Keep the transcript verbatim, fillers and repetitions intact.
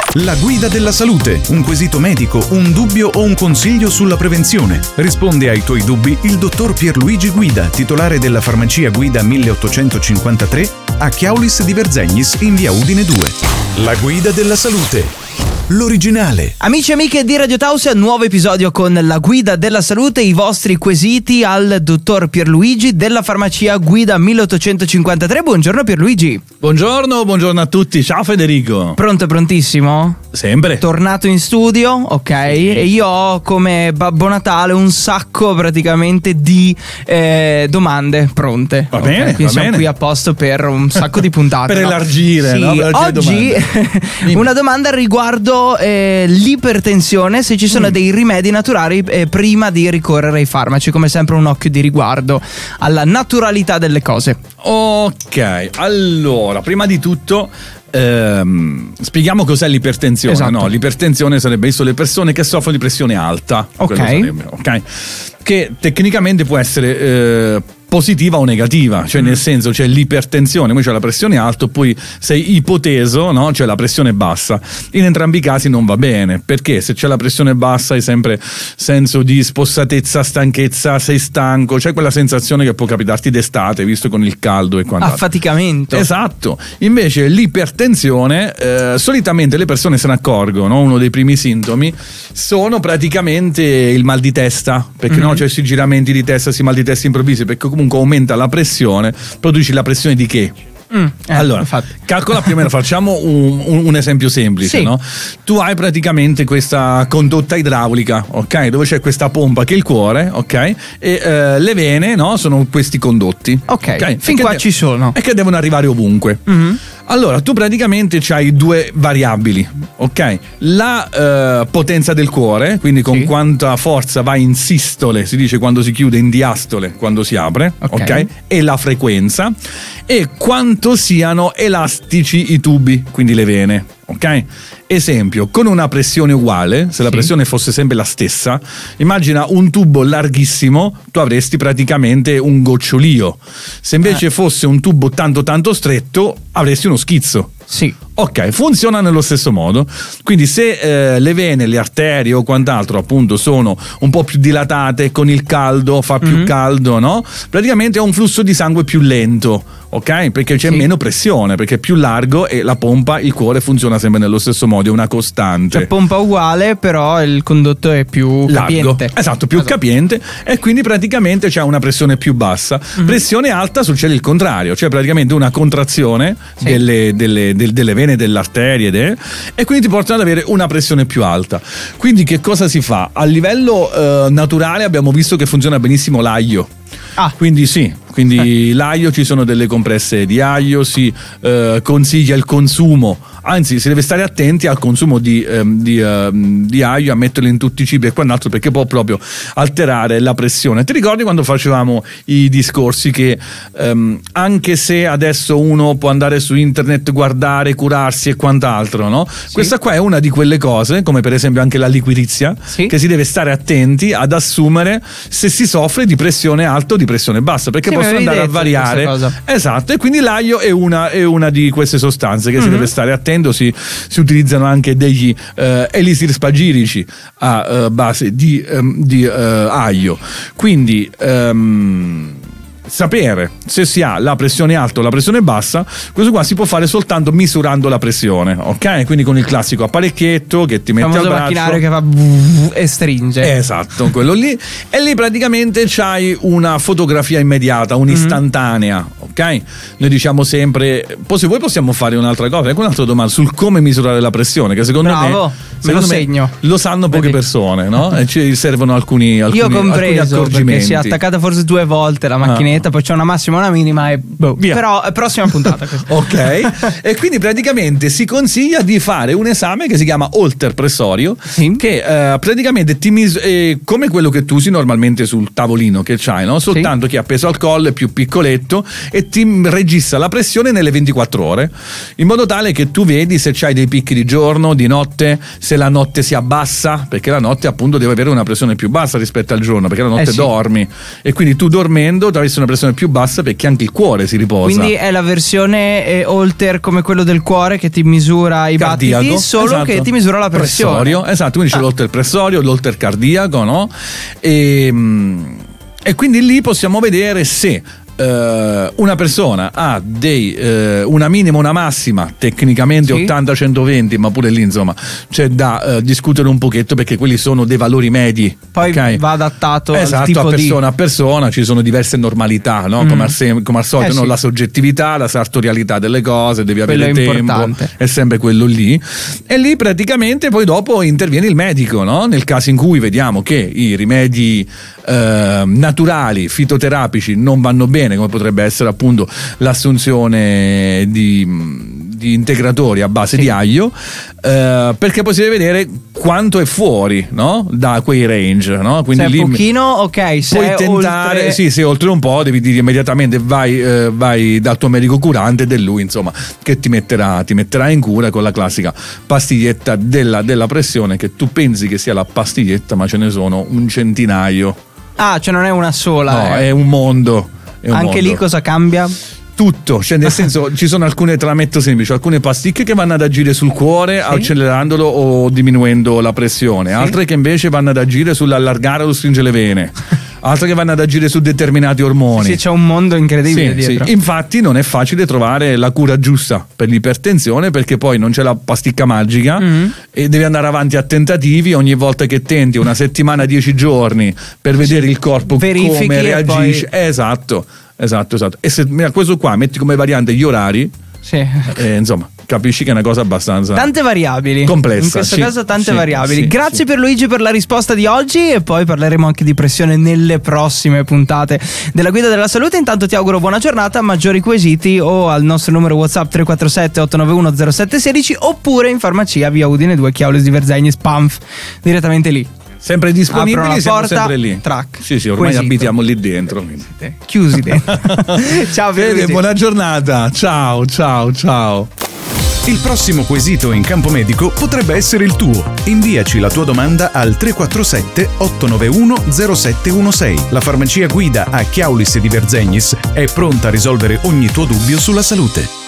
La guida della salute, un quesito medico, un dubbio o un consiglio sulla prevenzione. Risponde ai tuoi dubbi il dottor Pierluigi Guida, titolare della farmacia Guida milleottocentocinquantatré a Chiaulis di Verzegnis in via Udine due. La guida della salute. L'originale. Amici e amiche di Radio Tausia, nuovo episodio con la guida della salute, i vostri quesiti al dottor Pierluigi della farmacia Guida milleottocentocinquantatré. Buongiorno Pierluigi. Buongiorno, buongiorno a tutti. Ciao Federico. Pronto, prontissimo? Sempre. Tornato in studio, ok. Sì. E io ho come Babbo Natale un sacco praticamente di eh, domande pronte. Va okay? bene, Quindi va siamo bene. qui a posto per un sacco di puntate. per no? elargire, sì. no? Per elargire Oggi una domanda riguardo eh, l'ipertensione, se ci sono mm. dei rimedi naturali eh, prima di ricorrere ai farmaci. Come sempre un occhio di riguardo alla naturalità delle cose. Ok, allora, prima di tutto ehm, spieghiamo cos'è l'ipertensione. Esatto. No, l'ipertensione sarebbe visto le persone che soffrono di pressione alta. Ok. Sarebbe, ok. Che tecnicamente può essere eh, positiva o negativa, cioè mm. nel senso c'è l'ipertensione, poi c'è la pressione alta, poi sei ipoteso, no? Cioè la pressione bassa. In entrambi i casi non va bene, perché se c'è la pressione bassa hai sempre senso di spossatezza, stanchezza, sei stanco, c'è quella sensazione che può capitarti d'estate, visto con il caldo e quant'altro. Affaticamento. Esatto. Invece l'ipertensione, eh, solitamente le persone se ne accorgono, uno dei primi sintomi sono praticamente il mal di testa, perché mm-hmm. no, c'è questi giramenti di testa, si mal di testa improvvisi, perché comunque aumenta la pressione. Produci la pressione di che? Mm, eh, allora, infatti. calcola prima, facciamo un, un, un esempio semplice, sì. no? Tu hai praticamente questa condotta idraulica, ok? Dove c'è questa pompa che è il cuore, ok? E eh, le vene, no? Sono questi condotti. Ok, okay? fin qua de- ci sono. E che devono arrivare ovunque. Mm-hmm. Allora, tu praticamente c'hai due variabili, ok? La eh, potenza del cuore, quindi con sì. quanta forza va in sistole, si dice quando si chiude, in diastole quando si apre, ok? okay? E la frequenza, e quanto siano elastici i tubi, quindi le vene, ok? Esempio, con una pressione uguale, se la sì. pressione fosse sempre la stessa, immagina un tubo larghissimo, tu avresti praticamente un gocciolio. Se invece eh. fosse un tubo tanto tanto stretto, avresti uno schizzo. Sì. Ok, funziona nello stesso modo. Quindi se eh, le vene, le arterie o quant'altro appunto sono un po' più dilatate, con il caldo fa più mm-hmm. caldo, no? Praticamente è un flusso di sangue più lento, ok? Perché c'è sì. meno pressione, perché è più largo e la pompa, il cuore funziona sempre nello stesso modo, è una costante. Cioè pompa uguale, però il condotto è più largo. Capiente. Esatto, più esatto. capiente, e quindi praticamente c'è una pressione più bassa. Mm-hmm. Pressione alta succede il contrario, cioè praticamente una contrazione sì. delle, delle, delle, delle vene, delle arterie de, e quindi ti portano ad avere una pressione più alta. Quindi che cosa si fa? A livello eh, naturale abbiamo visto che funziona benissimo l'aglio. Ah. Quindi sì, quindi eh. l'aglio, ci sono delle compresse di aglio, si eh, consiglia il consumo, anzi si deve stare attenti al consumo di, ehm, di, ehm, di aglio, a metterlo in tutti i cibi e quant'altro, perché può proprio alterare la pressione. Ti ricordi quando facevamo i discorsi che ehm, anche se adesso uno può andare su internet, guardare, curarsi e quant'altro, no? Sì. Questa qua è una di quelle cose, come per esempio anche la liquirizia, sì. che si deve stare attenti ad assumere se si soffre di pressione alta o di pressione bassa, perché sì, possono andare a variare. Esatto, e quindi l'aglio è una, è una di queste sostanze che mm-hmm. si deve stare attento. Si, si utilizzano anche degli eh, elisir spagirici a eh, base di, um, di uh, aglio. Quindi um, sapere se si ha la pressione alta o la pressione bassa, questo qua si può fare soltanto misurando la pressione, ok? Quindi con il classico apparecchietto che ti metti al braccio, macchinario che fa e stringe. Esatto, quello lì. E lì praticamente c'hai una fotografia immediata, un'istantanea, mm-hmm. ok? Noi diciamo sempre, poi se vuoi possiamo fare un'altra cosa, ecco un'altra domanda sul come misurare la pressione, che secondo Bravo, me, me secondo lo me segno. Lo sanno poche Vedi. persone, no? E ci servono alcuni, alcuni, Io compreso, alcuni accorgimenti. perché si è attaccata forse due volte la macchinetta, ah. poi c'è una massima e una minima e boh. Via. Però prossima puntata ok. E quindi praticamente si consiglia di fare un esame che si chiama Holter pressorio, sì. che eh, praticamente ti mis- eh, come quello che tu usi normalmente sul tavolino che c'hai, no? Soltanto sì. che è appeso al collo, è più piccoletto e ti registra la pressione nelle ventiquattro ore, in modo tale che tu vedi se c'hai dei picchi di giorno, di notte, se la notte si abbassa, perché la notte appunto deve avere una pressione più bassa rispetto al giorno, perché la notte Eh sì. dormi, e quindi tu dormendo avresti una pressione più bassa perché anche il cuore si riposa. Quindi è la versione eh, Holter come quello del cuore che ti misura i Cardiaco, battiti, solo esatto. che ti misura la pressione. Pressorio, esatto, quindi c'è Ah. l'holter pressorio, l'holter cardiaco, no? E, e quindi lì possiamo vedere se eh, una persona ha dei eh, una minima, una massima, tecnicamente Sì. ottanta centoventi, ma pure lì insomma c'è da eh, discutere un pochetto, perché quelli sono dei valori medi. Poi ok? va adattato Esatto, al tipo a di... persona a persona ci sono diverse normalità, no? Mm. Come, al sem- come al solito, Eh no? sì. La soggettività, la sartorialità delle cose, devi Quello avere è tempo, importante. è sempre quello lì. E lì praticamente poi dopo interviene il medico, no? Nel caso in cui vediamo che i rimedi eh, naturali, fitoterapici non vanno bene, come potrebbe essere appunto l'assunzione di, di integratori a base Sì. di aglio, eh, perché poi si deve vedere quanto è fuori, no? Da quei range, no? Quindi se è lì pochino, ok, se puoi è tentare, oltre... sì, se oltre un po' devi dire immediatamente vai, eh, vai dal tuo medico curante ed è lui insomma che ti metterà, ti metterà in cura con la classica pastiglietta della, della pressione, che tu pensi che sia la pastiglietta, ma ce ne sono un centinaio. Ah, cioè non è una sola. No, eh. è un mondo. È un Anche mondo. lì cosa cambia? Tutto, cioè nel senso ci sono alcune, te la metto semplice, alcune pasticche che vanno ad agire sul cuore Sì. accelerandolo o diminuendo la pressione, altre che invece vanno ad agire sull'allargare o stringere le vene, altre che vanno ad agire su determinati ormoni. Sì, c'è un mondo incredibile Sì, dietro. sì. Infatti non è facile trovare la cura giusta per l'ipertensione, perché poi non c'è la pasticca magica Mm. e devi andare avanti a tentativi. Ogni volta che tenti una settimana, dieci giorni per vedere il corpo Verifichi come e reagisce. poi- Esatto, esatto, esatto. E se a questo qua metti come variante gli orari, Sì. eh, insomma, capisci che è una cosa abbastanza Tante variabili. complessa. In questo sì, caso tante sì, variabili. sì, Grazie sì. Pierluigi per la risposta di oggi, e poi parleremo anche di pressione nelle prossime puntate della Guida della Salute. Intanto ti auguro buona giornata. Maggiori quesiti o al nostro numero WhatsApp tre quattro sette otto nove uno zero sette uno sei, oppure in farmacia via Udine due Chiaulis di Verzegni Spamf, direttamente lì. Sempre Aprono disponibili, la siamo porta, sempre lì. track, Sì, sì, ormai quesito. abitiamo lì dentro. Chiusi dentro. Ciao Fede, Pierluigi. buona giornata. Ciao, ciao, ciao. Il prossimo quesito in campo medico potrebbe essere il tuo. Inviaci la tua domanda al tre quattro sette otto nove uno zero sette uno sei. La farmacia Guida a Chiaulis di Verzegnis è pronta a risolvere ogni tuo dubbio sulla salute.